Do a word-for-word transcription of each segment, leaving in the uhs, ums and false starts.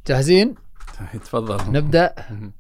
جاهزين؟ تفضل نبدأ.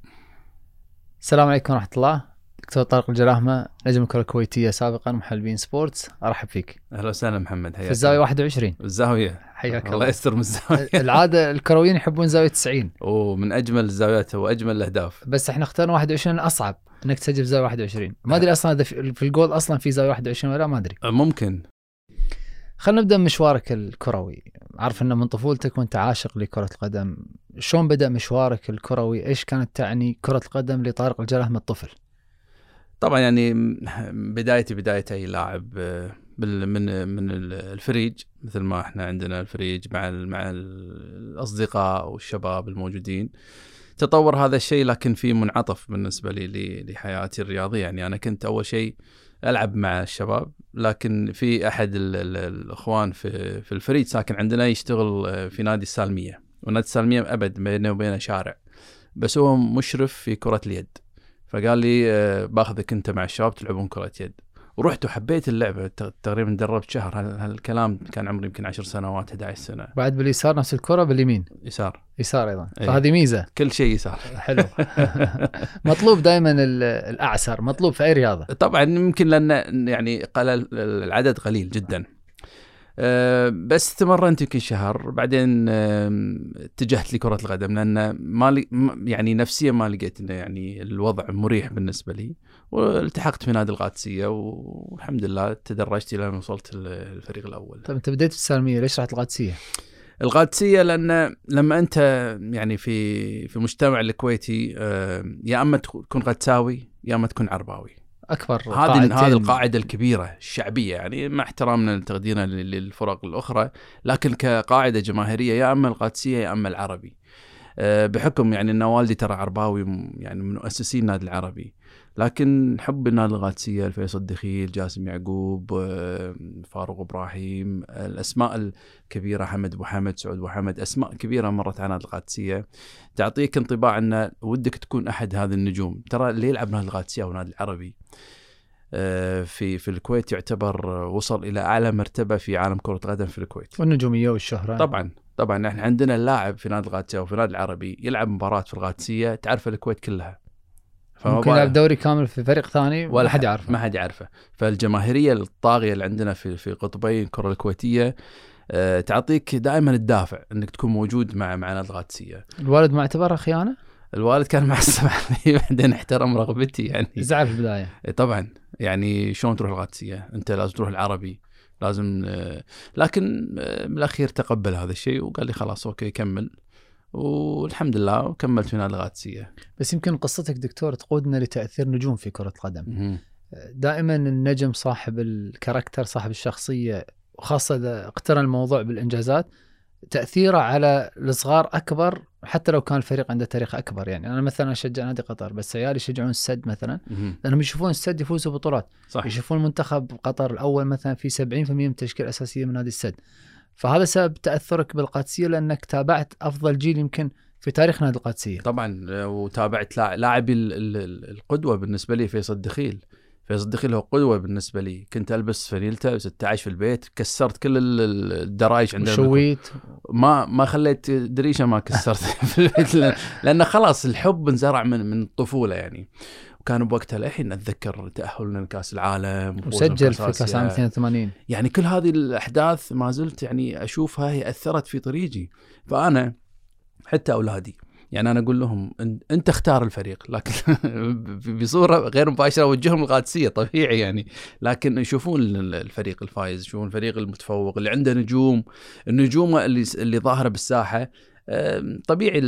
السلام عليكم ورحمة الله. دكتور طارق الجراهمة، نجم الكرة الكويتية سابقا، محلل بين سبورتس. أرحب فيك. أهلا وسهلا محمد، حياك. في الزاوية واحد وعشرين. الزاوية، حياك الله. الله يستر من الزاوية. العادة الكرويين يحبون زاوية تسعين، ومن أجمل الزاويات وأجمل الأهداف. بس احنا اخترنا واحد وعشرين أصعب إنك تسجل في زاوية واحد وعشرين. ما أدري أصلا إذا في الجول أصلا في زاوية واحد وعشرين ولا ما أدري. ممكن. خلينا نبدأ مشوارك الكروي. عارف أنه من طفولتك وأنت عاشق لكرة القدم. شلون بدأ مشوارك الكروي؟ إيش كانت تعني كرة القدم لطارق الجراهمة الطفل؟ طبعا يعني بدايتي بداية أي لاعب من من الفريج، مثل ما احنا عندنا الفريج مع مع الأصدقاء والشباب الموجودين. تطور هذا الشيء لكن في منعطف بالنسبة لي لحياتي الرياضية. يعني أنا كنت أول شيء ألعب مع الشباب، لكن في أحد الأخوان في في الفريج ساكن عندنا يشتغل في نادي السالمية، ونادي السالمية أبد بينه وبينه شارع، بس هو مشرف في كرة اليد. فقال لي باخذك أنت مع الشباب تلعبون كرة يد، ورحت وحبيت اللعبة. تقريبا دربت شهر. هالكلام كان عمري يمكن عشر سنوات، أحد عشر سنة. بعد باليسار نفس الكرة؟ باليمين؟ يسار. يسار أيضا. أيه. فهذه ميزة، كل شيء يسار. حلو. مطلوب دائما الأعسر، مطلوب في أي رياضة. طبعا يمكن لأن يعني قلل العدد قليل جدا. أه بس استمرت يمكن شهر، بعدين أه اتجهت لكرة القدم، لأن ما لي يعني نفسيا ما لقيت إنه يعني الوضع مريح بالنسبة لي، والتحقت في نادي القادسية، والحمد لله تدرجت إلى أن وصلت الفريق الأول. طيب أنت بديت في السالمية، ليش رحت القادسية؟ القادسية لأن لما أنت يعني في في مجتمع الكويتي أه يا أما تكون قدساوي يا أما تكون عرباوي. أكبر هذه هذه القاعدة الكبيرة الشعبية، يعني مع احترامنا لتقديرنا للفرق الأخرى، لكن كقاعدة جماهيرية يا أما القادسية يا أما العربي. بحكم يعني أن والدي ترى عرباوي، يعني من مؤسسين النادي العربي، لكن حب النادي القادسية، الفيصل الدخيل، جاسم يعقوب، فاروق إبراهيم، الأسماء الكبيرة، حمد أبو حمد، سعود أبو حمد، أسماء كبيرة مرت على نادي القادسية تعطيك انطباع أن ودك تكون أحد هذه النجوم. ترى اللي يلعب نادي القادسية أو نادي العربي في في الكويت يعتبر وصل إلى أعلى مرتبة في عالم كرة القدم في الكويت، والنجومية والشهرة. طبعا طبعا احنا عندنا اللاعب في نادي القادسية وفي نادي العربي يلعب مباراة في القادسية تعرف الكويت كلها، ممكن يلعب دوري كامل في فريق ثاني ولا حد يعرفه، ما حد يعرفه. فالجماهيرية الطاغية اللي عندنا في في قطبي الكرة الكويتية أه تعطيك دائما الدافع انك تكون موجود مع مع نادي القادسية. الوالد ما اعتبرها خيانة؟ الوالد كان معصب علي، بعدين احترم رغبتي يعني. زعل في البداية طبعا، يعني شلون تروح القادسية؟ انت لازم تروح العربي، لازم أه لكن أه بالاخير تقبل هذا الشيء وقال لي خلاص اوكي كمل، والحمد لله وكملت في نادي القادسية. بس يمكن قصتك دكتور تقودنا لتأثير نجوم في كرة القدم. دائما النجم صاحب الكاركتر، صاحب الشخصية، وخاصة إذا اقترن الموضوع بالإنجازات، تأثيره على الصغار أكبر حتى لو كان الفريق عنده تاريخ أكبر. يعني أنا مثلا أشجع نادي قطر، بس عيالي يشجعون السد مثلا، لأنهم يشوفون السد يفوزوا بطولات. صح. يشوفون منتخب قطر الأول مثلا في سبعين بالمئة من التشكيل الأساسية من نادي السد. فهذا سبب تأثرك بالقادسية، لأنك تابعت أفضل جيل يمكن في تاريخ نادي القادسية. طبعا، وتابعت لاعبي القدوة بالنسبة لي فيصل الدخيل. فيصل الدخيل هو قدوة بالنسبة لي. كنت ألبس فانيلته ستة عشر في البيت، كسرت كل الدرايش عندنا، شويت ما ما خليت دريشة ما كسرت في البيت، لأن خلاص الحب انزرع من من الطفولة يعني. وكانوا بوقتها الحين أتذكر تأهلنا لكأس العالم، وسجل في كأس العالم اثنين وثمانين. يعني كل هذه الأحداث ما زلت يعني أشوفها هي أثرت في طريقي. فأنا حتى أولادي يعني أنا أقول لهم أنت اختار الفريق، لكن بصورة غير مباشرة أوجههم القادسية طبيعي يعني، لكن يشوفون الفريق الفائز، يشوفون الفريق المتفوق اللي عنده نجوم، النجوم اللي اللي ظاهرة بالساحة. طبيعي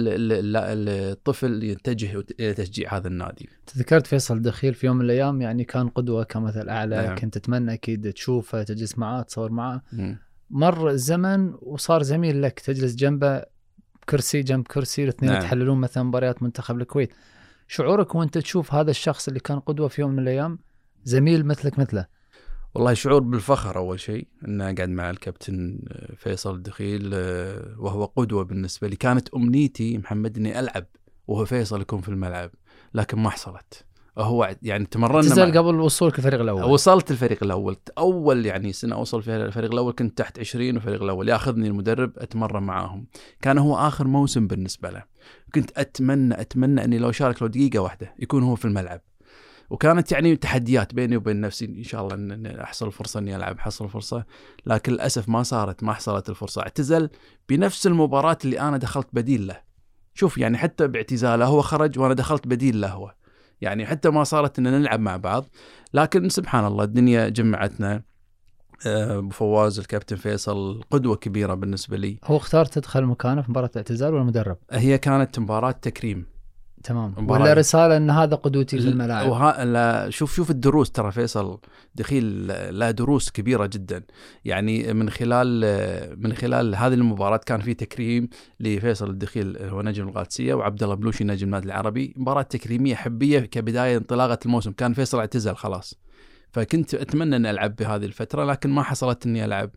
الطفل يتجه إلى تشجيع هذا النادي. تذكرت فيصل دخيل في يوم من الأيام، يعني كان قدوة كمثل أعلى. نعم. كنت تتمنى أكيد تشوفه، تجلس معاه، تصور معاه. مر الزمن وصار زميل لك، تجلس جنبه كرسي جنب كرسي، الاثنين نعم. يتحللون مثلا مباريات منتخب الكويت. شعورك وانت تشوف هذا الشخص اللي كان قدوة في يوم من الأيام زميل مثلك مثله؟ والله شعور بالفخر أول شيء أن أقعد مع الكابتن فيصل الدخيل، وهو قدوة بالنسبة لي. كانت أمنيتي محمد أني ألعب وهو فيصل يكون في الملعب، لكن ما حصلت. هو يعني تمرنا اعتزل قبل وصولك الفريق الاول. وصلت الفريق الاول اول يعني سنه اوصل فيها الفريق الاول، كنت تحت عشرين والفريق الاول ياخذني المدرب اتمرن معاهم. كان هو اخر موسم بالنسبه له. كنت اتمنى اتمنى اني لو شارك لو دقيقه واحده يكون هو في الملعب. وكانت يعني تحديات بيني وبين نفسي ان شاء الله ان احصل فرصه اني العب، حصل فرصه، لكن للاسف ما صارت، ما حصلت الفرصه. اعتزل بنفس المباراه اللي انا دخلت بديل له. شوف يعني حتى باعتزاله هو خرج وانا دخلت بديل له هو، يعني حتى ما صارت ان نلعب مع بعض. لكن سبحان الله الدنيا جمعتنا. ابو فواز الكابتن فيصل قدوه كبيره بالنسبه لي. هو اختار تدخل مكانه في مباراه الاعتزال ولا المدرب؟ هي كانت مباراه تكريم. تمام. ولا رساله ان هذا قدوتي في الملاعب. وها لا شوف شوف الدروس، ترى فيصل دخيل لا دروس كبيره جدا. يعني من خلال من خلال هذه المباراه كان في تكريم لفيصل الدخيل هو نجم القادسيه، وعبد الله بلوشي نجم النادي العربي. مباراه تكريميه حبيه كبدايه انطلاقه الموسم. كان فيصل اعتزل خلاص، فكنت اتمنى ان العب بهذه الفتره لكن ما حصلت اني العب.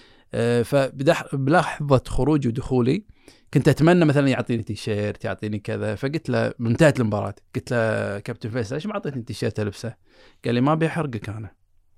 فبلحظه خروجي ودخولي كنت اتمنى مثلا يعطيني تيشيرت، يعطيني كذا. فقلت له منتهت المباراه قلت له كابتن فيصل ليش ما اعطيتني تيشيرت البسه؟ قال لي ما بيحرقك انا.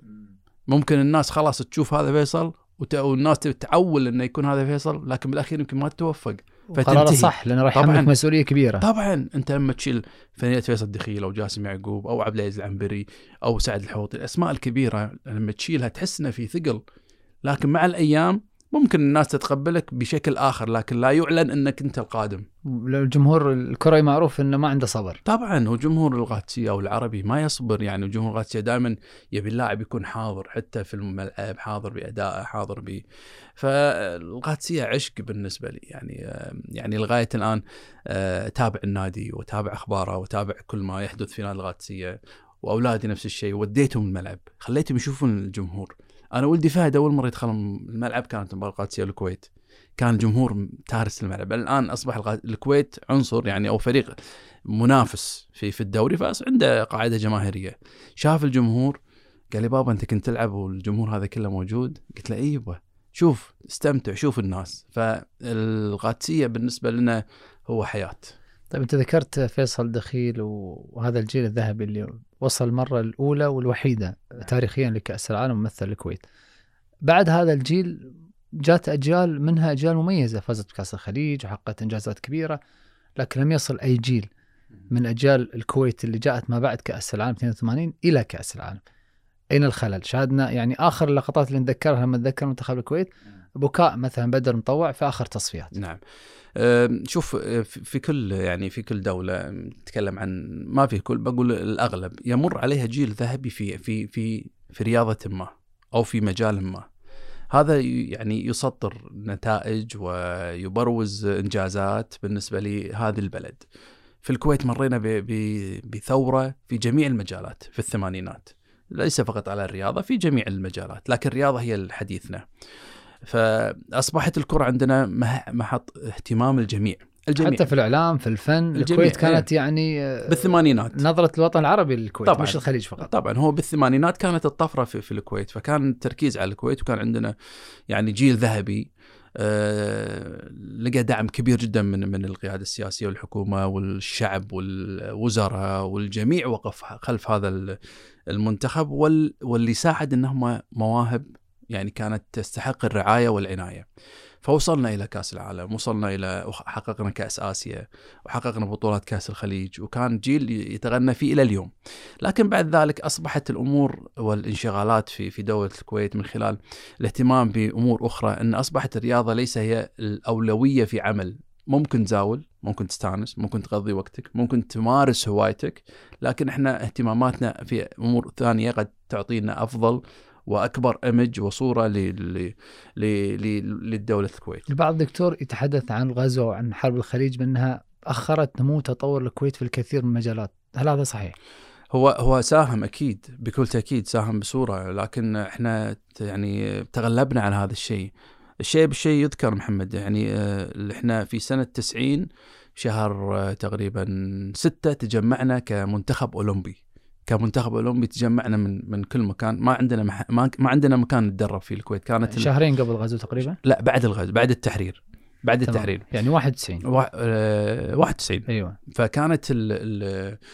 ممكن الناس خلاص تشوف هذا فيصل والناس تتعول انه يكون هذا فيصل، لكن بالاخير يمكن ما تتوفق فتنتهي. صح، لانه راح يحملك مسؤوليه كبيره. طبعا انت لما تشيل فنية فيصل الدخيل او جاسم يعقوب او عبد العزيز العنبري او سعد الحوطي، الاسماء الكبيره لما تشيلها تحس انه في ثقل. لكن مع الايام ممكن الناس تتقبلك بشكل آخر، لكن لا يعلن أنك أنت القادم. الجمهور الكروي معروف أنه ما عنده صبر. طبعا هو جمهور القادسية أو العربي ما يصبر. يعني وجمهور القادسية دائما يبي اللاعب يكون حاضر حتى في الملعب، حاضر بأدائه، حاضر ب. فالقادسية عشق بالنسبة لي. يعني يعني لغاية الآن أتابع النادي وأتابع أخباره وأتابع كل ما يحدث في نادي القادسية. وأولادي نفس الشيء، وديتهم الملعب، خليتهم يشوفون الجمهور. أنا ولدي فهد أول مرة يدخل الملعب كانت مباراة القادسية والكويت، كان الجمهور تارس الملعب. الآن أصبح الكويت عنصر يعني أو فريق منافس في في الدوري، فعنده قاعدة جماهيرية. شاف الجمهور قال لي بابا أنت كنت تلعب والجمهور هذا كله موجود؟ قلت له إيه يبا، شوف استمتع، شوف الناس. فالقادسية بالنسبة لنا هو حياة. طيب أنت ذكرت فيصل دخيل وهذا الجيل الذهبي اللي وصل المرة الأولى والوحيدة تاريخيا لكأس العالم ومثل الكويت. بعد هذا الجيل جات أجيال، منها أجيال مميزة فازت بكأس الخليج وحققت إنجازات كبيرة، لكن لم يصل أي جيل من أجيال الكويت اللي جاءت ما بعد كأس العالم اثنين وثمانين إلى كأس العالم. أين الخلل؟ شاهدنا يعني آخر اللقطات اللي نتذكرها لما نتذكر منتخب الكويت بكاء مثلا بدر مطوع في آخر تصفيات. نعم. شوف في كل يعني في كل دولة نتكلم عن ما في كل، بقول الأغلب يمر عليها جيل ذهبي في في في في رياضة ما أو في مجال ما. هذا يعني يسطر نتائج ويبروز إنجازات بالنسبة لهذه البلد. في الكويت مرينا بثورة في جميع المجالات في الثمانينات، ليس فقط على الرياضة، في جميع المجالات، لكن الرياضة هي الحديثنا. فأصبحت الكرة عندنا محط اهتمام الجميع. الجميع حتى في الإعلام في الفن. الكويت كانت ايه. يعني بالثمانينات نظرة الوطن العربي للكويت طبعًا. مش الخليج فقط. طبعا هو بالثمانينات كانت الطفرة في, في الكويت، فكان التركيز على الكويت، وكان عندنا يعني جيل ذهبي آه لقى دعم كبير جدا من من القيادة السياسية والحكومة والشعب والوزراء والجميع وقف خلف هذا المنتخب، وال واللي ساعد انهم مواهب يعني كانت تستحق الرعاية والعناية. فوصلنا إلى كأس العالم، وصلنا إلى حققنا كأس آسيا، وحققنا بطولات كأس الخليج، وكان جيل يتغنى فيه إلى اليوم. لكن بعد ذلك أصبحت الأمور والانشغالات في في دولة الكويت من خلال الاهتمام بأمور أخرى، أن أصبحت الرياضة ليس هي الأولوية في عمل. ممكن تزاول، ممكن تستانس، ممكن تقضي وقتك، ممكن تمارس هوايتك، لكن إحنا اهتماماتنا في أمور ثانية قد تعطينا أفضل وأكبر إيمج وصورة للدولة الكويت. البعض دكتور يتحدث عن الغزو وعن حرب الخليج بأنها أخرت نمو تطور الكويت في الكثير من المجالات، هل هذا صحيح؟ هو هو ساهم أكيد، بكل تأكيد ساهم بصورة، لكن إحنا يعني تغلبنا على هذا الشيء. الشيء بالشيء يذكر محمد، يعني إحنا في سنة تسعين شهر تقريبا ستة تجمعنا كمنتخب أولمبي. كمنتخب أولمبي تجمعنا من من كل مكان، ما عندنا مح... ما... ما عندنا مكان نتدرب فيه. الكويت كانت شهرين قبل الغزو تقريبا؟ لا بعد الغزو، بعد التحرير، بعد تمام. التحرير يعني واحد وتسعين و... أه... واحد وتسعين ايوه. فكانت ال... ال...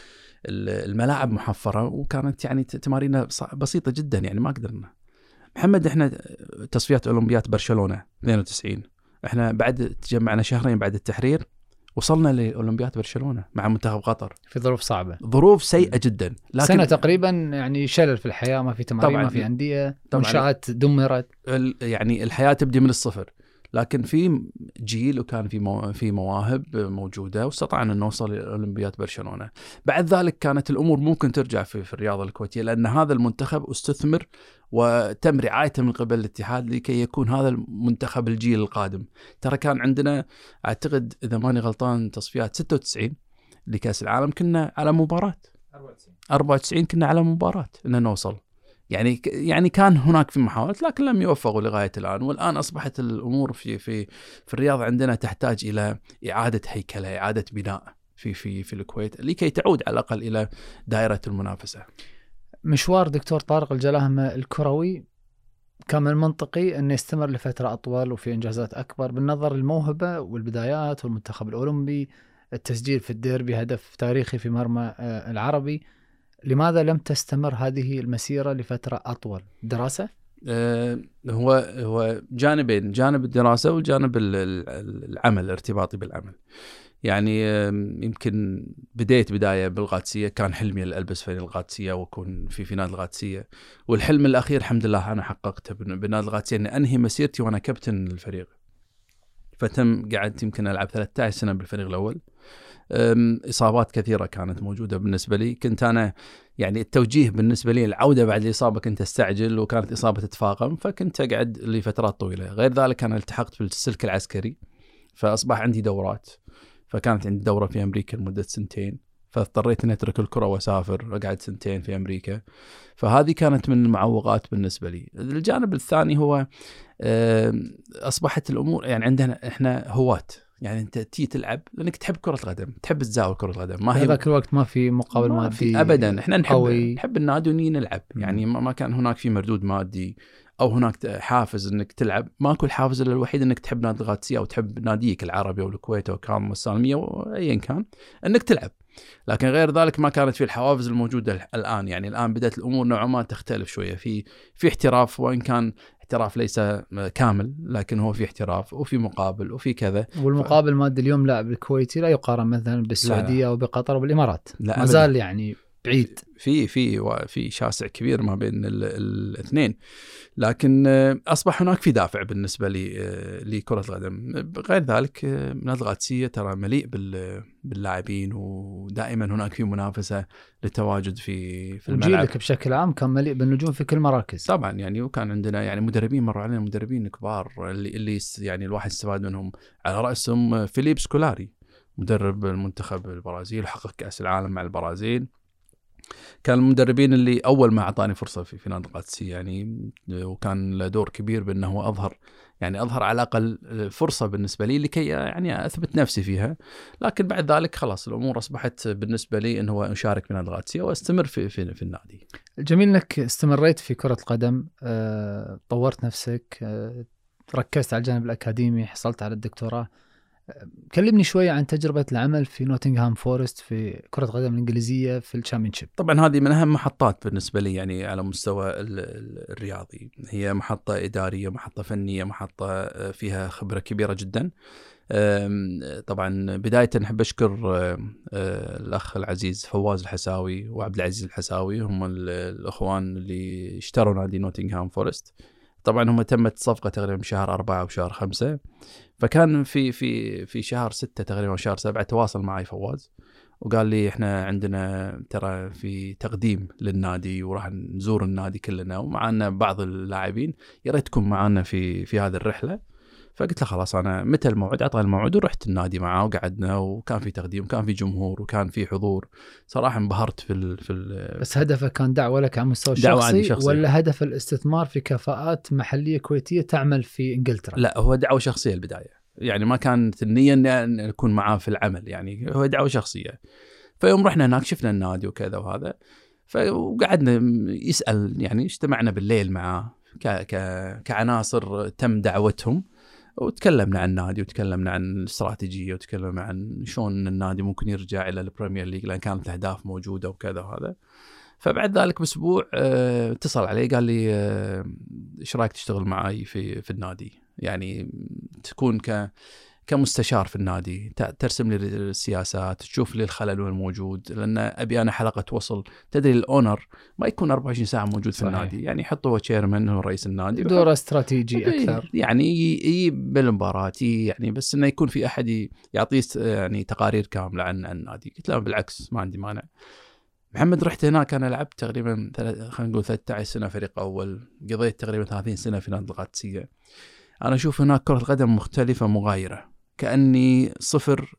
الملاعب محفرة، وكانت يعني تمارين بسيطة جدا يعني ما قدرنا. محمد احنا تصفيات أولمبيات برشلونة اثنين وتسعين احنا بعد تجمعنا شهرين بعد التحرير وصلنا لأولمبياد برشلونة مع منتخب قطر في ظروف صعبة، ظروف سيئة جدا، لكن سنة تقريبا يعني شلل في الحياة، ما في تمارين، ما في أندية، منشآت دمرت، يعني الحياة تبدي من الصفر. لكن في جيل وكان في مو... في مواهب موجودة واستطعنا أن نوصل لأولمبياد برشلونة. بعد ذلك كانت الأمور ممكن ترجع في, في الرياضة الكويتية، لأن هذا المنتخب استثمر وتم رعايته من قبل الاتحاد لكي يكون هذا المنتخب الجيل القادم. ترى كان عندنا أعتقد إذا ماني غلطان تصفيات ستة وتسعين لكأس العالم كنا على مباراة، أربعة وتسعين كنا على مباراة أن نوصل. يعني يعني كان هناك في محاولات لكن لم يوفقوا لغاية الآن. والآن أصبحت الأمور في في في الرياضة عندنا تحتاج إلى إعادة هيكلة، إعادة بناء في في في الكويت لكي تعود على الأقل إلى دائرة المنافسة. مشوار دكتور طارق الجلاهمة الكروي كان من المنطقي أن يستمر لفترة أطول وفي إنجازات أكبر بالنظر للموهبة والبدايات والمنتخب الأولمبي، التسجيل في الديربي هدف تاريخي في مرمى العربي. لماذا لم تستمر هذه المسيرة لفترة أطول؟ دراسة؟ أه هو هو جانبين، جانب الدراسة وجانب العمل، ارتباطي بالعمل. يعني يمكن بديت بداية بالقادسية، كان حلمي ألبس فانيل القادسية وأكون في في نادي القادسية، والحلم الأخير الحمد لله أنا حققته بنادي القادسية، أن أنهي مسيرتي وأنا كابتن الفريق. فتم قعدت يمكن ألعب ثلاثة عشر سنة بالفريق الأول. إصابات كثيرة كانت موجودة بالنسبة لي، كنت أنا يعني التوجيه بالنسبة لي العودة بعد الإصابة كنت أستعجل، وكانت إصابة تتفاقم فكنت أقعد لفترات طويلة. غير ذلك أنا التحقت بالسلك العسكري فأصبح عندي دورات، فكانت عندي دورة في أمريكا لمدة سنتين، فاضطريت أن أترك الكرة وأسافر أقعد سنتين في أمريكا. فهذه كانت من المعوقات بالنسبة لي. الجانب الثاني هو أصبحت الأمور يعني عندنا إحنا هواة، يعني أنت تي تلعب لأنك تحب كرة القدم، تحب تزاول كرة القدم، ما هي ذاك الوقت ما في مقابل ما مادي في أبدا. إحنا نحب قوي. نحب النادي وني نلعب، يعني ما كان هناك في مردود مادي أو هناك حافز إنك تلعب. ماكو الحافز إلا الوحيد إنك تحب نادي القادسية أو تحب ناديك العربي أو الكويت أو كام السالمية وأيا كان إنك تلعب. لكن غير ذلك ما كانت في الحوافز الموجودة الآن. يعني الآن بدأت الأمور نوعا ما تختلف شوية، في في احتراف، وإن كان احتراف ليس كامل لكن هو في احتراف وفي مقابل وفي كذا. والمقابل المادي اليوم لاعب الكويتي لا يقارن مثلا بالسعودية وبقطر وبالإمارات، ما زال يعني بعيد، في في في شاسع كبير ما بين الاثنين. لكن أصبح هناك في دافع بالنسبة لي لكرة القدم. غير ذلك نادي القادسية ترى مليء باللاعبين، ودائما هناك في منافسة للتواجد في في الملعب. وجيلك بشكل عام كان مليء بالنجوم في كل مراكز طبعا يعني، وكان عندنا يعني مدربين مروا علينا مدربين كبار اللي اللي يعني الواحد استفاد منهم، على رأسهم فيليب سكولاري مدرب المنتخب البرازيل وحقق كأس العالم مع البرازيل. كان المدربين اللي أول ما أعطاني فرصة في في نادي القادسية يعني، وكان له دور كبير بأنه أظهر يعني أظهر على الأقل فرصة بالنسبة لي لكي يعني أثبت نفسي فيها. لكن بعد ذلك خلاص الأمور أصبحت بالنسبة لي أنه أشارك في نادي القادسية وأستمر في في في النادي. الجميل أنك استمريت في كرة القدم، طورت نفسك، ركزت على الجانب الأكاديمي، حصلت على الدكتوراه. كلمني شوية عن تجربة العمل في نوتنغهام فورست في كرة القدم الإنجليزية في الشامبيونشيب. طبعا هذه من أهم محطات بالنسبة لي يعني على مستوى الرياضي، هي محطة إدارية، محطة فنية، محطة فيها خبرة كبيرة جدا. طبعا بداية نحب أشكر الأخ العزيز فواز الحساوي وعبد العزيز الحساوي، هم الأخوان اللي اشتروا نادي نوتنغهام فورست. طبعا هم تمت صفقة تقريبا بشهر أربعة وشهر خمسة، فكان في في في شهر ستة تقريبا وشهر سبعة تواصل معي فواز وقال لي احنا عندنا ترى في تقديم للنادي وراح نزور النادي كلنا ومعنا بعض اللاعبين، يا ريت تكون معنا في في هذه الرحلة. فقلت له خلاص أنا متى الموعد؟ أعطاني الموعد ورحت النادي معه وقعدنا وكان في تقديم وكان في جمهور وكان في حضور. صراحة انبهرت في ال في ال بس هدفك كان دعوة لك على مستوى شخصي, شخصي ولا هدف الاستثمار في كفاءات محلية كويتية تعمل في إنجلترا؟ لا هو دعوة شخصية البداية، يعني ما كانت النية أن أكون معاه في العمل، يعني هو دعوة شخصية. فيوم رحنا هناك شفنا النادي وكذا وهذا، فقعدنا يسأل يعني اجتمعنا بالليل معاه ك ك كعناصر تم دعوتهم وتكلمنا عن النادي وتكلمنا عن الاستراتيجية وتكلمنا عن شلون النادي ممكن يرجع إلى البريمير ليج لأن كانت أهداف موجودة وكذا وهذا. فبعد ذلك بأسبوع اه اتصل علي قال لي اه إيش رأيك تشتغل معي في في النادي، يعني تكون ك كمستشار في النادي، ترسم لي السياسات، تشوف لي الخلل الموجود، لأن أبي أنا حلقة وصل. تدري الأونر ما يكون أربعة وعشرين ساعة موجود صحيح. في النادي، يعني يحطه هو تشيرمان هو رئيس النادي، دوره استراتيجي أكثر، يعني يجيب بالمباراة يعني، بس إنه يكون في أحد يعطيه يعني تقارير كاملة عن النادي. قلت له بالعكس ما عندي مانع. محمد رحت هناك أنا لعبت تقريبا خلينا نقول ثلاثة عشر سنة فريق أول، قضيت تقريبا ثلاثين سنة في نادي القادسية. أنا أشوف هناك كرة القدم مختلفة مغايرة، كأني صفر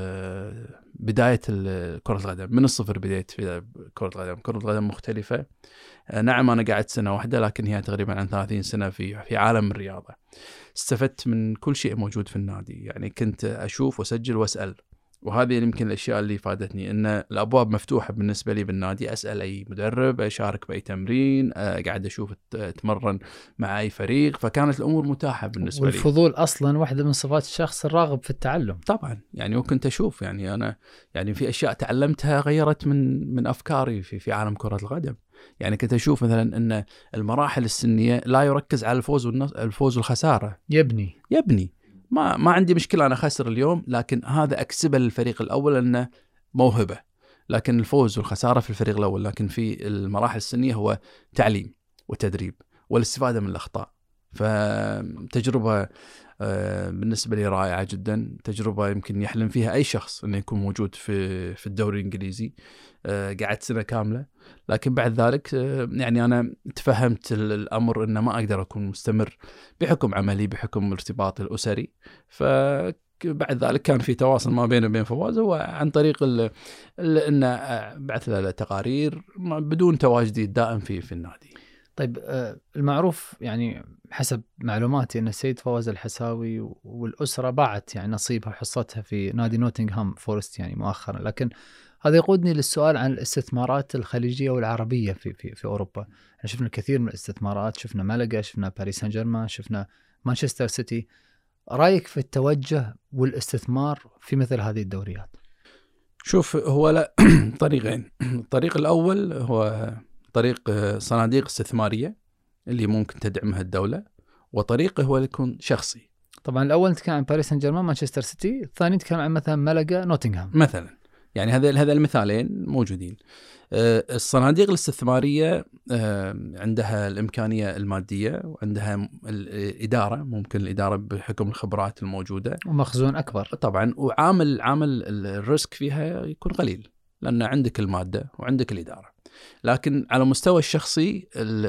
بداية كرة القدم، من الصفر بداية في كرة القدم. كرة القدم مختلفة. نعم أنا قعدت سنة واحدة لكن هي تقريبا عن ثلاثين سنة في في عالم الرياضة. استفدت من كل شيء موجود في النادي، يعني كنت أشوف وأسجل وأسأل، وهذه يمكن الأشياء اللي فادتني، إن الأبواب مفتوحة بالنسبة لي بالنادي. أسأل أي مدرب، أشارك بأي تمرين، قاعد أشوف أتمرن مع أي فريق، فكانت الأمور متاحة بالنسبة والفضول لي. والفضول أصلا واحدة من صفات الشخص الراغب في التعلم طبعا، يعني وكنت أشوف يعني أنا يعني في أشياء تعلمتها غيرت من من أفكاري في في عالم كرة القدم. يعني كنت أشوف مثلا أن المراحل السنية لا يركز على الفوز والفوز والخسارة، يبني يبني ما ما عندي مشكلة أنا خسر اليوم، لكن هذا أكسبه للفريق الأول أنه موهبة. لكن الفوز والخسارة في الفريق الأول، لكن في المراحل السنية هو تعليم وتدريب والاستفادة من الأخطاء. فتجربة بالنسبة لي رائعة جدا، تجربة يمكن يحلم فيها أي شخص أنه يكون موجود في في الدوري الإنجليزي. قعدت سنة كاملة، لكن بعد ذلك يعني أنا تفهمت الأمر أنه ما أقدر أكون مستمر بحكم عملي، بحكم ارتباطي الأسري. فبعد ذلك كان في تواصل ما بينه وبين فواز، هو عن طريق أن بعث له تقارير بدون تواجدي الدائم في في النادي. طيب المعروف يعني حسب معلوماتي أن السيد فواز الحساوي والأسرة باعت يعني نصيبها وحصتها في نادي نوتنغهام فورست يعني مؤخرا، لكن هذا يقودني للسؤال عن الاستثمارات الخليجية والعربية في في في أوروبا. احنا شفنا الكثير من الاستثمارات، شفنا مالاغا، شفنا باريس سان جيرمان، شفنا مانشستر سيتي. رأيك في التوجه والاستثمار في مثل هذه الدوريات؟ شوف، هو لا طريقين. الطريق الأول هو طريق صناديق استثمارية اللي ممكن تدعمها الدولة، وطريقه هو يكون شخصي. طبعا الأول نتكلم عن باريس سان جيرمان مانشستر سيتي، الثاني نتكلم عن مثلا مالاغا نوتنغهام مثلا. يعني هذا هذا المثالين موجودين. الصناديق الاستثمارية عندها الإمكانية المادية وعندها الإدارة، ممكن الإدارة بحكم الخبرات الموجودة، ومخزون أكبر طبعا، وعامل عامل الريسك فيها يكون قليل لأن عندك المادة وعندك الإدارة. لكن على مستوى الشخصي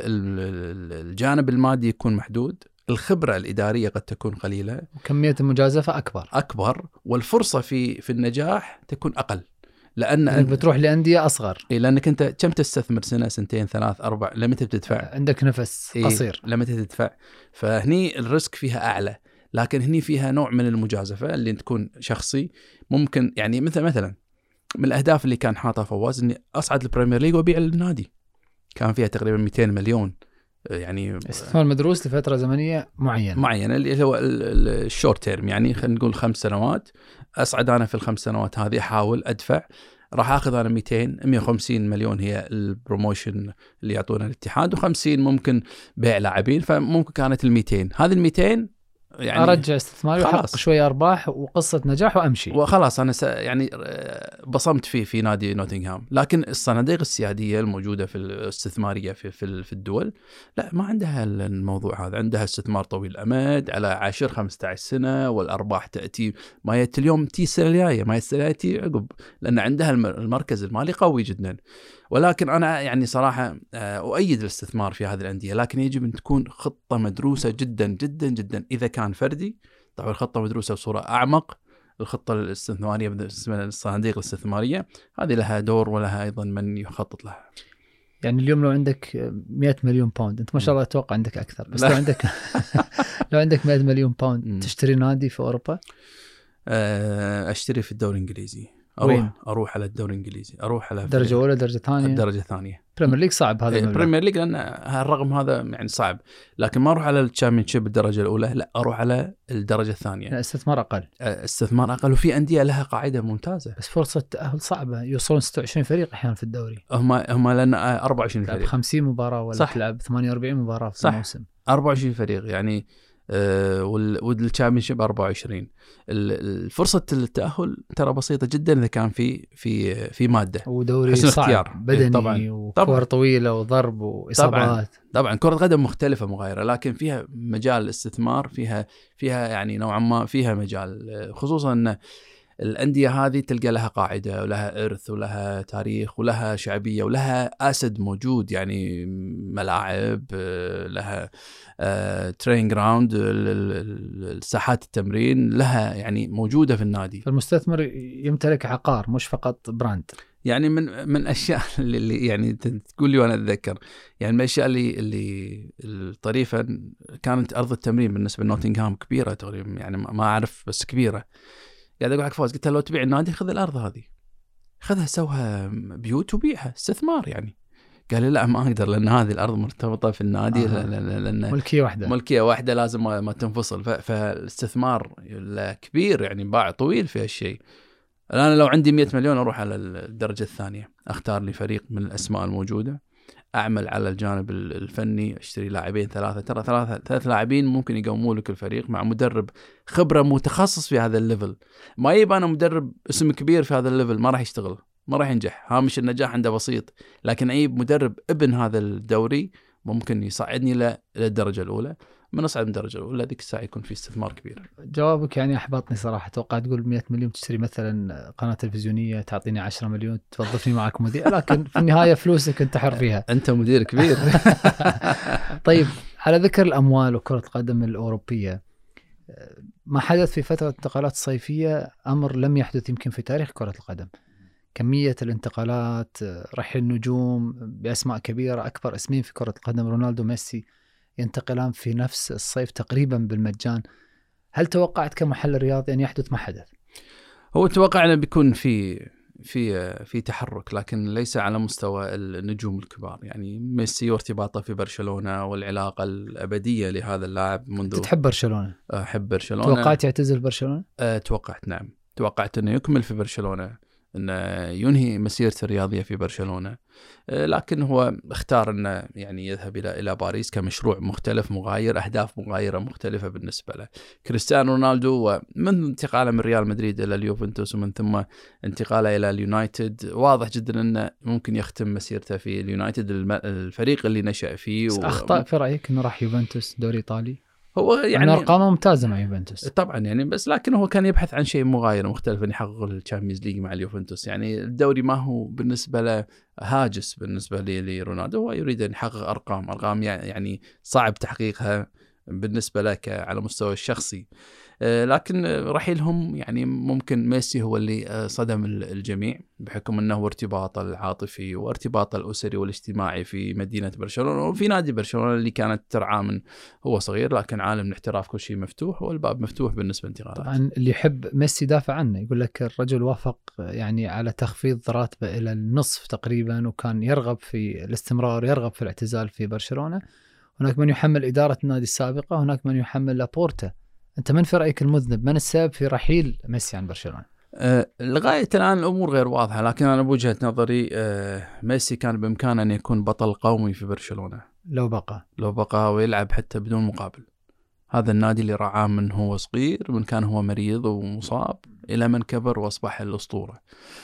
الجانب المادي يكون محدود، الخبرة الإدارية قد تكون قليلة، وكمية المجازفة أكبر أكبر والفرصة في في النجاح تكون أقل، لأن أنك بتروح لأندية أصغر. إيه، لأنك أنت كم تستثمر؟ سنة، سنتين، ثلاث، أربع، لما تدفع عندك نفس إيه قصير لما تدفع. فهني الريسك فيها أعلى، لكن هني فيها نوع من المجازفة اللي تكون شخصي. ممكن يعني مثل مثلا من الأهداف اللي كان حاطها فواز إني أصعد البريمير ليج وأبيع النادي، كان فيها تقريبا مئتين مليون، يعني استثمار مدروس لفترة زمنية معينة معينة اللي هو الشورت تيرم، يعني خلينا نقول خمس سنوات. أصعد أنا في الخمس سنوات هذه، أحاول أدفع، راح أخذ أنا مئتين مئة وخمسين مليون هي البروموشن اللي يعطونا الاتحاد، وخمسين ممكن بيع لاعبين، فممكن كانت المئتين. هذه المئتين يعني أرجع استثماري وحقق شوية أرباح وقصة نجاح وأمشي وخلاص. أنا يعني بصمت في في نادي نوتنغهام. لكن الصناديق السيادية الموجودة في الاستثمارية في في في الدول لا، ما عندها الموضوع هذا. عندها استثمار طويل الأمد على عشر خمسة عشر سنة، والأرباح تأتي ما يأتي اليوم تي السنة الجاية، ما يأتي عقب، لأن عندها المركز المالي قوي جدا. ولكن أنا يعني صراحة أؤيد الاستثمار في هذه الأندية، لكن يجب أن تكون خطة مدروسة جدا جدا جدا. إذا كان فردي طبعا خطة مدروسة بصورة أعمق. الخطة الاستثمارية بالنسبة للصناديق الاستثمارية هذه لها دور ولها أيضا من يخطط لها. يعني اليوم لو عندك مئة مليون باوند، أنت ما شاء الله أتوقع عندك أكثر، بس لو عندك لو عندك مئة مليون باوند تشتري نادي في أوروبا؟ أشتري في الدوري الإنجليزي اروح اروح على الدوري الانجليزي، اروح على درجه اولى درجه ثانيه الدرجه الثانيه. بريمير ليج صعب هذا المبلغ. بريمير ليج لان هالرقم هذا يعني صعب، لكن ما اروح على الشامبيونشيب الدرجه الاولى، لا اروح على الدرجه الثانيه. استثمار اقل استثمار اقل وفي انديه لها قاعده ممتازه، بس فرصه تاهل صعبه، يوصلون ستة وعشرين فريق احيانا في الدوري. هم هم لان أربعة وعشرين فريق خمسين مباراه ولا صح. تلعب ثمانية وأربعين مباراه في صح. الموسم. أربعة وعشرين فريق يعني آه والشامبيونشيب أربعة وعشرين. الفرصه التاهل ترى بسيطه جدا اذا كان في في في ماده ودوري صعب بدني طبعا وكور طويله وضرب واصابات. طبعا طبعا كره قدم مختلفه مغايره، لكن فيها مجال استثمار، فيها فيها يعني نوعا ما فيها مجال، خصوصا ان الأندية هذه تلقى لها قاعدة ولها إرث ولها تاريخ ولها شعبية ولها أسد موجود، يعني ملاعب لها ترين جراوند، الساحات التمرين لها يعني موجودة في النادي. فالمستثمر يمتلك عقار مش فقط براند. يعني من من أشياء اللي يعني تقول لي وأنا أتذكر، يعني من الأشياء اللي اللي الطريفة كانت أرض التمرين بالنسبة لنوتنغهام كبيرة تقريبا، يعني ما أعرف بس كبيرة. قاعد أقول حق فوز، قلت له لو تبيع النادي خذ الأرض هذه، خذها سوها بيوت وبيعها استثمار يعني. قال لي لا ما أقدر لأن هذه الأرض مرتبطة في النادي، آه. لأن ملكية واحدة ملكية واحدة لازم ما, ما تنفصل. فالاستثمار كبير يعني باع طويل في هالشيء. أنا لو عندي مئة مليون أروح على الدرجة الثانية، أختار لي فريق من الأسماء الموجودة، أعمل على الجانب الفني، أشتري لاعبين ثلاثة، ترى ثلاثة ثلاث لاعبين ممكن يقوموا لك الفريق مع مدرب خبرة متخصص في هذا الليفل. ما يبقى أنا مدرب اسم كبير في هذا الليفل ما راح يشتغل، ما راح ينجح، هامش النجاح عنده بسيط. لكن أي مدرب ابن هذا الدوري ممكن يصعدني للدرجة الأولى، من أصعد من الدرجة الأولى ذيك الساعة يكون في استثمار كبير. جوابك يعني أحبطني صراحة. توقع تقول مئة مليون تشتري مثلا قناة تلفزيونية، تعطيني عشرة مليون توظفني معك مدير، لكن في النهاية فلوسك أنت حر فيها. أنت مدير كبير. طيب على ذكر الأموال وكرة القدم الأوروبية، ما حدث في فترة الانتقالات الصيفية أمر لم يحدث يمكن في تاريخ كرة القدم. كمية الانتقالات، رحيل النجوم بأسماء كبيرة، أكبر اسمين في كرة القدم رونالدو ميسي ينتقلان في نفس الصيف تقريبا بالمجان. هل توقعت كمحلل رياضي أن يحدث ما حدث؟ هو توقعنا بيكون في في في تحرك، لكن ليس على مستوى النجوم الكبار. يعني ميسي وارتباطه في برشلونة والعلاقة الأبدية لهذا اللاعب منذ. تحب برشلونة؟ أحب برشلونة. توقعت يعتزل برشلونة؟ أه توقعت نعم، توقعت أنه يكمل في برشلونة، أنه ينهي مسيرته الرياضية في برشلونة، لكن هو اختار أنه يعني يذهب إلى إلى باريس كمشروع مختلف مغاير، أهداف مغايرة مختلفة بالنسبة له. كريستيانو رونالدو من انتقاله من ريال مدريد إلى اليوفنتوس ومن ثم انتقاله إلى اليونايتد، واضح جدا أنه ممكن يختم مسيرته في اليونايتد الفريق اللي نشأ فيه. أخطأ في رأيك أنه راح يوفنتوس دوري إيطالي؟ هو يعني أرقامه ممتازة مع يوفنتوس طبعا يعني، بس لكن هو كان يبحث عن شيء مغاير مختلف أن يحقق الشامبيونز ليج مع اليوفنتوس. يعني الدوري ما هو بالنسبة له هاجس بالنسبة لي لرونالدو، هو يريد أن يحقق أرقام أرقام يعني صعب تحقيقها بالنسبة لك على مستوى الشخصي. لكن رحيلهم يعني ممكن ميسي هو اللي صدم الجميع بحكم أنه ارتباطه العاطفي وارتباطه الأسري والاجتماعي في مدينة برشلونة وفي نادي برشلونة اللي كانت ترعاه من هو صغير، لكن عالم الاحتراف كل شيء مفتوح والباب مفتوح بالنسبة لانتقالات. طبعا اللي يحب ميسي دافع عنه، يقول لك الرجل وافق يعني على تخفيض راتبه إلى النصف تقريبا، وكان يرغب في الاستمرار، يرغب في الاعتزال في برشلونة. هناك من يحمل إدارة النادي السابقة، هناك من يحمل لابورتا. أنت من في رأيك المذنب؟ من السبب في رحيل ميسي عن برشلونة؟ أه لغاية الآن الأمور غير واضحة، لكن أنا بوجهة نظري أه ميسي كان بإمكانه أن يكون بطل قومي في برشلونة لو بقى لو بقى ويلعب حتى بدون مقابل. هذا النادي اللي رعاه من هو صغير، من كان هو مريض ومصاب إلى من كبر وأصبح الأسطورة.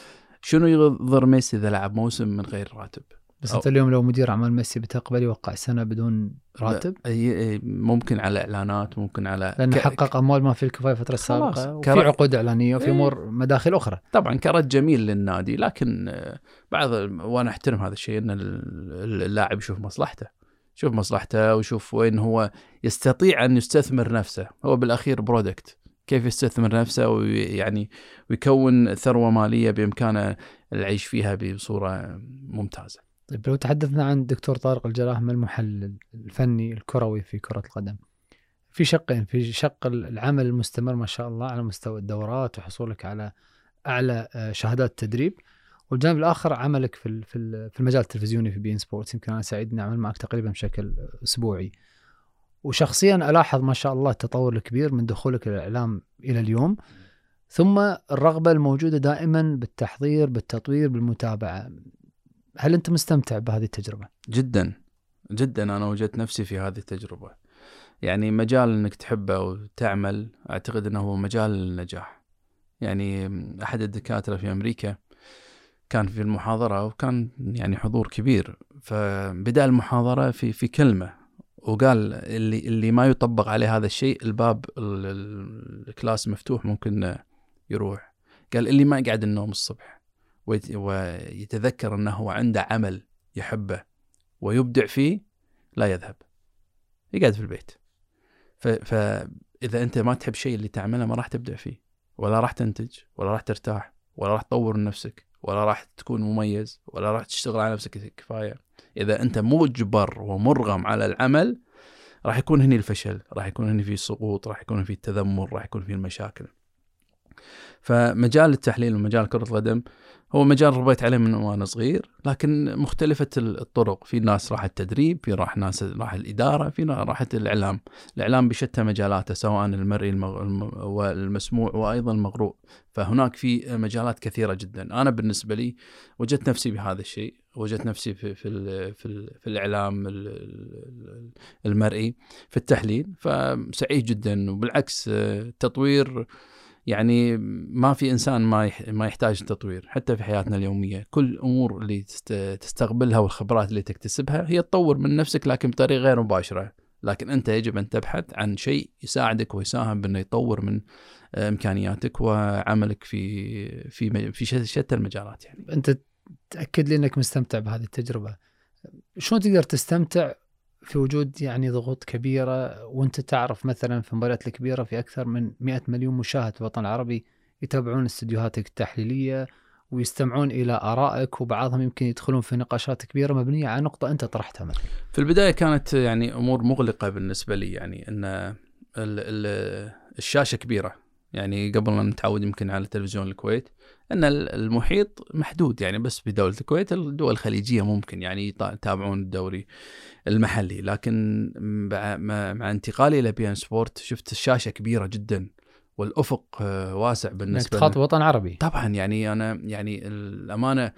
شنو يضر ميسي إذا لعب موسم من غير راتب؟ بس أنت اليوم لو مدير أعمال ميسي بتقبل يوقع سنة بدون راتب؟ ممكن على إعلانات، ممكن على لأنه ك... حقق أموال ما في الكفاية فترة السابقة، وفي كر... عقود إعلانية وفي أمور مداخل أخرى. طبعا كرد جميل للنادي، لكن بعض وأنا أحترم هذا الشيء أن اللاعب يشوف مصلحته، شوف مصلحته وشوف وين هو يستطيع أن يستثمر نفسه. هو بالأخير برودكت، كيف يستثمر نفسه ويعني ويكون ثروة مالية بإمكانه العيش فيها بصورة ممتازة. طيب لو تحدثنا عن دكتور طارق الجراح من المحلل الفني الكروي في كرة القدم، في شقين، في شق العمل المستمر ما شاء الله على مستوى الدورات وحصولك على اعلى شهادات التدريب، والجانب الاخر عملك في في المجال التلفزيوني في بي ان سبورتس. يمكن انا سعيد اني اعمل معك تقريبا بشكل اسبوعي، وشخصيا الاحظ ما شاء الله التطور الكبير من دخولك الاعلام الى اليوم، ثم الرغبه الموجوده دائما بالتحضير بالتطوير بالمتابعه. هل انت مستمتع بهذه التجربه؟ جدا جدا، انا وجدت نفسي في هذه التجربه. يعني مجال انك تحبه وتعمل، اعتقد انه هو مجال النجاح. يعني احد الدكاتره في امريكا كان في المحاضره وكان يعني حضور كبير، فبدا المحاضره في في كلمه وقال اللي اللي ما يطبق عليه هذا الشيء الباب الكلاس مفتوح ممكن يروح. قال اللي ما يقعد النوم الصبح ويتذكر انه هو عنده عمل يحبه ويبدع فيه لا يذهب، يقعد في البيت. فإذا أنت ما تحب شيء اللي تعمله ما راح تبدع فيه، ولا راح تنتج، ولا راح ترتاح، ولا راح تطور من نفسك، ولا راح تكون مميز، ولا راح تشتغل على نفسك كفاية. إذا أنت مجبر ومرغم على العمل راح يكون هني الفشل، راح يكون هني في سقوط، راح يكون في التذمر، راح يكون في المشاكل. فمجال التحليل ومجال كرة القدم هو مجال ربيت عليه من وانا صغير، لكن مختلفة الطرق. في ناس راح التدريب، في راح ناس راح الإدارة، في ناس راحت الإعلام. الإعلام بشتى مجالاته، سواء المرئي والمسموع وأيضا المقروء. فهناك في مجالات كثيرة جدا. أنا بالنسبة لي وجدت نفسي بهذا الشيء، وجدت نفسي في في ال في, ال في الإعلام المرئي، في التحليل. فسعيد جدا، وبالعكس التطوير يعني ما في إنسان ما ما يحتاج تطوير. حتى في حياتنا اليومية كل الأمور اللي تستقبلها والخبرات اللي تكتسبها هي تطور من نفسك، لكن بطريقة غير مباشرة. لكن أنت يجب أن تبحث عن شيء يساعدك ويساهم بأنه يطور من إمكانياتك وعملك في في في شتى المجالات. يعني أنت تأكد لي أنك مستمتع بهذه التجربة. شلون تقدر تستمتع في وجود يعني ضغوط كبيرة، وانت تعرف مثلا في المباريات الكبيرة في أكثر من مئة مليون مشاهد في الوطن العربي يتابعون استديوهاتك التحليلية ويستمعون إلى آرائك، وبعضهم يمكن يدخلون في نقاشات كبيرة مبنية على نقطة أنت طرحتها مثلا؟ في البداية كانت يعني أمور مغلقة بالنسبة لي، يعني أن الشاشة كبيرة. يعني قبل أن نتعود يمكن على تلفزيون الكويت أن المحيط محدود، يعني بس بدولة الكويت. الدول الخليجية ممكن يعني يتابعون الدوري المحلي، لكن مع انتقالي إلى بي إن سبورت شفت الشاشة كبيرة جدا والأفق واسع بالنسبة لك. تخاطب وطن عربي طبعا. يعني أنا يعني الأمانة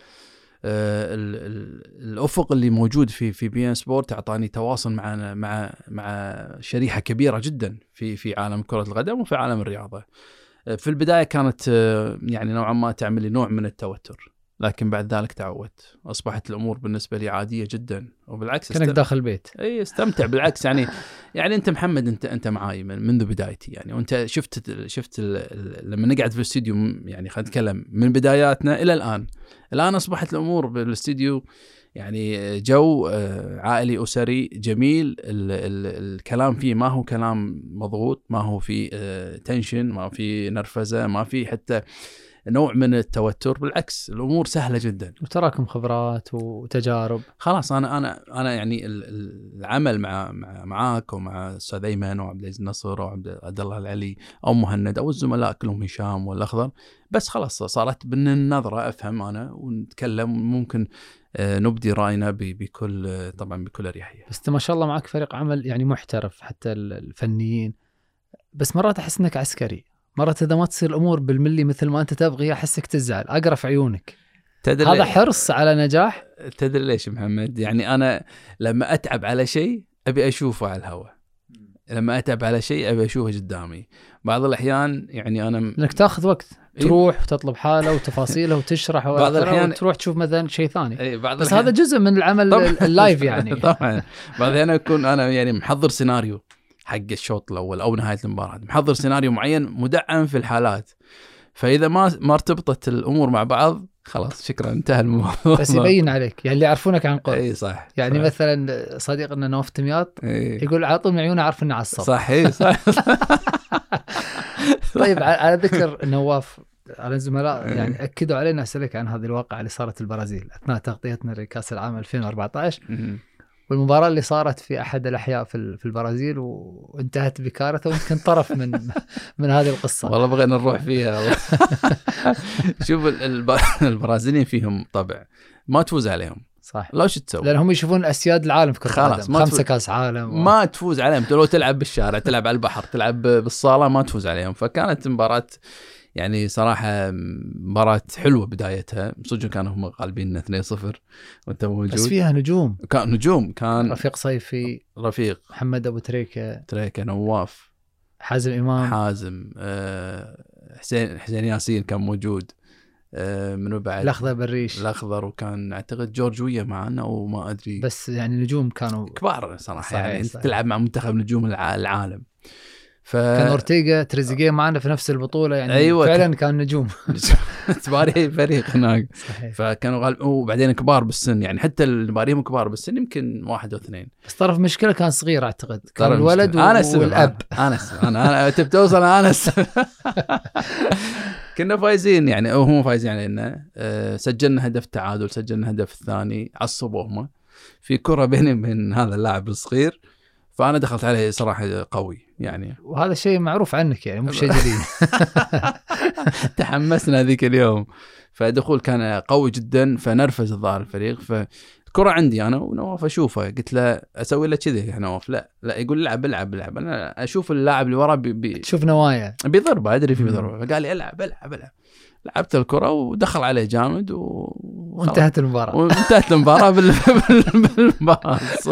الأفق اللي موجود في في بي إن سبورت أعطاني تواصل مع مع مع شريحة كبيرة جدا في في عالم كرة القدم وفي عالم الرياضة. في البداية كانت يعني نوعا ما تعمل لي نوع من التوتر، لكن بعد ذلك تعودت. أصبحت الأمور بالنسبة لي عادية جدا، وبالعكس كأنك است... داخل البيت. أي استمتع بالعكس. يعني يعني أنت محمد، أنت أنت معاي من منذ بدايتي يعني، وأنت شفت شفت ال... لما نقعد في الاستوديو، يعني خلينا نتكلم من بداياتنا إلى الآن. الآن أصبحت الأمور بالاستوديو يعني جو عائلي أسري جميل. ال... ال... الكلام فيه ما هو كلام مضغوط، ما هو فيه تنشن، ما في نرفزة، ما في حتى نوع من التوتر. بالعكس الامور سهله جدا، وتراكم خبرات وتجارب. خلاص انا انا انا يعني العمل مع مع معاك ومع استاذ ايمن وعبد العزيز نصر وعبد الله العلي او مهند او الزملاء كلهم هشام والاخضر، بس خلاص صارت بالنظره افهم انا ونتكلم، ممكن نبدي راينا بكل طبعا بكل اريحيه. بس ما شاء الله معك فريق عمل يعني محترف حتى الفنيين، بس مرات احس انك عسكري. مرات إذا ما تصير الأمور بالملي مثل ما أنت تبغي أحسك تزعل، أقرف عيونك. هذا حرص على نجاح. تدري ليش محمد؟ يعني أنا لما أتعب على شيء أبي أشوفه على الهواء، لما أتعب على شيء أبي أشوفه قدامي. بعض الأحيان يعني أنا إنك تأخذ وقت تروح وتطلب حالة وتفاصيله وتشرح، بعض الأحيان تروح تشوف مثلا شيء ثاني. بعض بس هذا جزء من العمل اللايف يعني. طبعا بعض الأحيان أكون أنا يعني محضر سيناريو حق الشوط الأول أو نهاية المباراة، محضر سيناريو معين مدعم في الحالات، فإذا ما ما ارتبطت الأمور مع بعض خلاص شكرا انتهى الموضوع. بس يبين عليك يعني اللي يعرفونك عن قرب. اي صح. يعني صح. مثلا صديقنا نواف تمياط يقول على طول من عيونه عارف انه عصب. صح اي صح. طيب على ذكر نواف، على الزملاء يعني أكدوا علينا أسألك عن هذه الواقعة اللي صارت البرازيل أثناء تغطيتنا لكأس العالم ألفين وأربعة عشر. والمباراة اللي صارت في أحد الأحياء في في البرازيل وانتهت بكارثة ويمكن طرف من من هذه القصة. والله بغينا نروح فيها. شوف البرازيليين فيهم طبع ما تفوز عليهم صح. لو شو تسوي؟ لأنهم يشوفون أسياد العالم في كرة القدم، خمسة كاس عالم و... ما تفوز عليهم. لو تلعب بالشارع، تلعب على البحر، تلعب بالصالة، ما تفوز عليهم. فكانت مباراة يعني صراحة مباراة حلوة بدايتها. صدق كانوا هم غالبين اثنين صفر وانت موجود، بس فيها نجوم. كان نجوم، كان رفيق صيفي، رفيق محمد أبو تريكة تريكة، نواف، حازم إمام، حازم أه، حسين حسين ياسين كان موجود، أه، منو بعد؟ الأخضر بريش، الأخضر، وكان أعتقد جورجوية معنا أو ما أدري، بس يعني نجوم كانوا كبار صراحة. صحيح يعني صحيح. أنت تلعب مع منتخب نجوم العالم. ف... كان أورتيغا تريزيجيه معنا في نفس البطولة يعني. أيوة فعلا كان نجوم. تباري فريق هناك. صحيح. فكانوا غالب، وبعدين كبار بالسن، يعني حتى الباريهم كبار بالسن، يمكن واحد او اثنين. بس طرف مشكلة كان صغير أعتقد، كان الولد أنا والأب. أنا السبب. أنا تبي توصل أنا السبب. كنا فايزين يعني، أو هم فايزين علينا. أه سجلنا هدف تعادل، سجلنا هدف الثاني، عصبوهم في كرة بيني وبين هذا اللاعب الصغير، فأنا دخلت عليه صراحة قوي يعني. وهذا شيء معروف عنك يعني، مو شيء جديد. تحمسنا ذيك اليوم، فدخول كان قوي جدا، فنرفز الظاهر الفريق. فالكرة عندي أنا ونواف أشوفه، قلت له أسوي له كذي يا نواف، لا لا، يقول لعب العب العب. أنا أشوف اللاعب اللي ورا بي بي تشوف نوايا بيضربه، أدري في بيضربه، فقال لي العب العب العب. لعبت الكرة ودخل عليه جامد و... وانتهت المباراة. وانتهت المباراة بال... بالباص.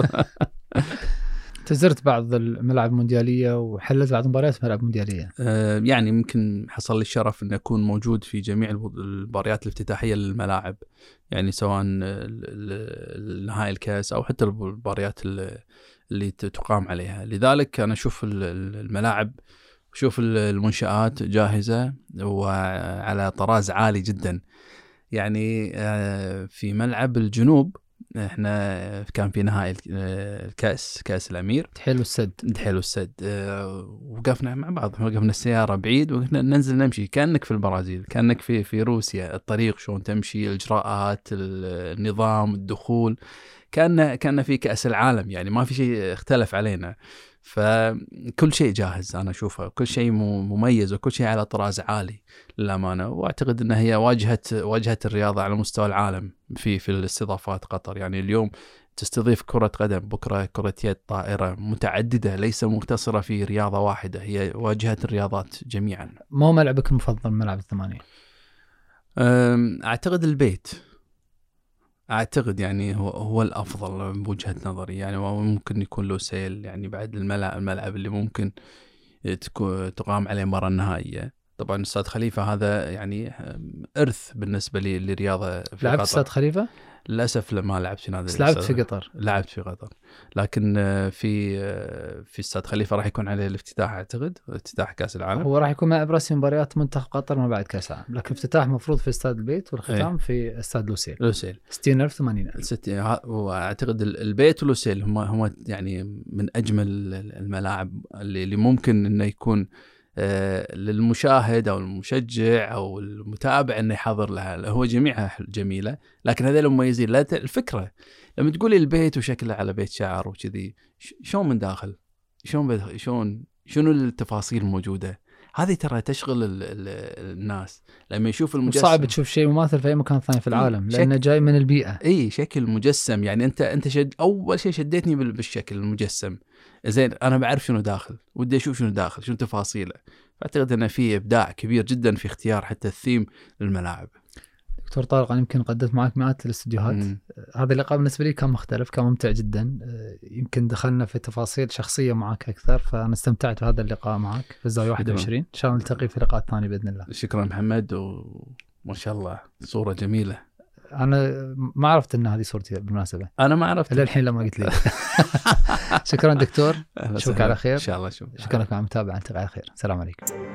تزرت بعض الملاعب المونديالية وحلت بعض المباريات ملاعب مونديالية. آه يعني يمكن حصل لي الشرف أن أكون موجود في جميع المباريات الافتتاحية للملاعب، يعني سواء نهائي الكاس أو حتى المباريات اللي تقام عليها. لذلك أنا أشوف الملاعب، أشوف المنشآت جاهزة وعلى طراز عالي جدا. يعني آه في ملعب الجنوب احنا كان في نهائي الكاس، كاس الامير، دحيل والسد دحيل والسد. اه وقفنا مع بعض، وقفنا السياره بعيد وننزل نمشي كانك في البرازيل، كانك في في روسيا. الطريق شلون تمشي، الاجراءات، النظام، الدخول، كان كان في كاس العالم يعني، ما في شيء اختلف علينا. فكل شيء جاهز، أنا أشوفه كل شيء مميز وكل شيء على طراز عالي للأمانة. وأعتقد أن هي واجهة واجهة الرياضة على مستوى العالم في في الاستضافات. قطر يعني اليوم تستضيف كرة قدم، بكرة كرة يد، طائرة، متعددة، ليس مقتصرة في رياضة واحدة، هي واجهة الرياضات جميعا. ما هو ملعبك المفضل ملعب الثمانية؟ أعتقد البيت، أعتقد يعني هو هو الأفضل بوجهة نظري يعني. وممكن يكون له سيل يعني بعد الملعب الملعب اللي ممكن تقام عليه مرة نهائية. طبعا استاد خليفة هذا يعني إرث بالنسبة لي للرياضة في قطر. لعبت استاد خليفة؟ للأسف لما لعبت في نادي، بس لعبت في قطر. لعبت في قطر، لكن في في استاد خليفة راح يكون عليه الافتتاح، أعتقد افتتاح كأس العالم. هو راح يكون ملعب رسمي مباريات منتخب قطر ما بعد كأس العالم، لكن افتتاح مفروض في استاد البيت والختام ايه؟ في استاد لوسيل. لوسيل ستين ألف ثمانين ألف. ستين. وأعتقد البيت ولوسيل هم هم يعني من أجمل الملاعب اللي اللي ممكن إنه يكون آه للمشاهد أو المشجع أو المتابع إنه يحضر لها. هو جميعها جميلة، لكن هذول مميزين. لا الفكرة لما تقولي البيت وشكله على بيت شعر وكذي، شلون من داخل، شلون شلون شنو التفاصيل الموجودة هذه، ترى تشغل ال ال الناس لما يشوف المجسم. صعب تشوف شيء مماثل في أي مكان ثاني في العالم لأنه جاي من البيئة. اي شكل مجسم يعني. انت انت شد اول شيء شدتني بالشكل المجسم. زين انا بعرف شنو داخل، ودي اشوف شنو داخل، شنو تفاصيله. فاعتقد ان في ابداع كبير جدا في اختيار حتى الثيم للملاعب. دكتور طارق، أنا يمكن قدمت معك مئات الاستديوهات. هذا اللقاء بالنسبة لي كان مختلف، كان ممتع جدا. يمكن دخلنا في تفاصيل شخصية معك أكثر، فأنا استمتعت بهذا اللقاء معك في الزاوية واحد وعشرين. إن شاء الله نلتقي في لقاء ثاني بإذن الله. شكرا محمد، وما شاء الله صورة جميلة. أنا ما عرفت أن هذه صورتي بالمناسبة، أنا ما عرفت إلى الحين لما قلت لي. شكرا دكتور، أشوفك على خير. إن شاء الله. شكرا لك على المتابعة، نلتقي على خير. السلام عليكم.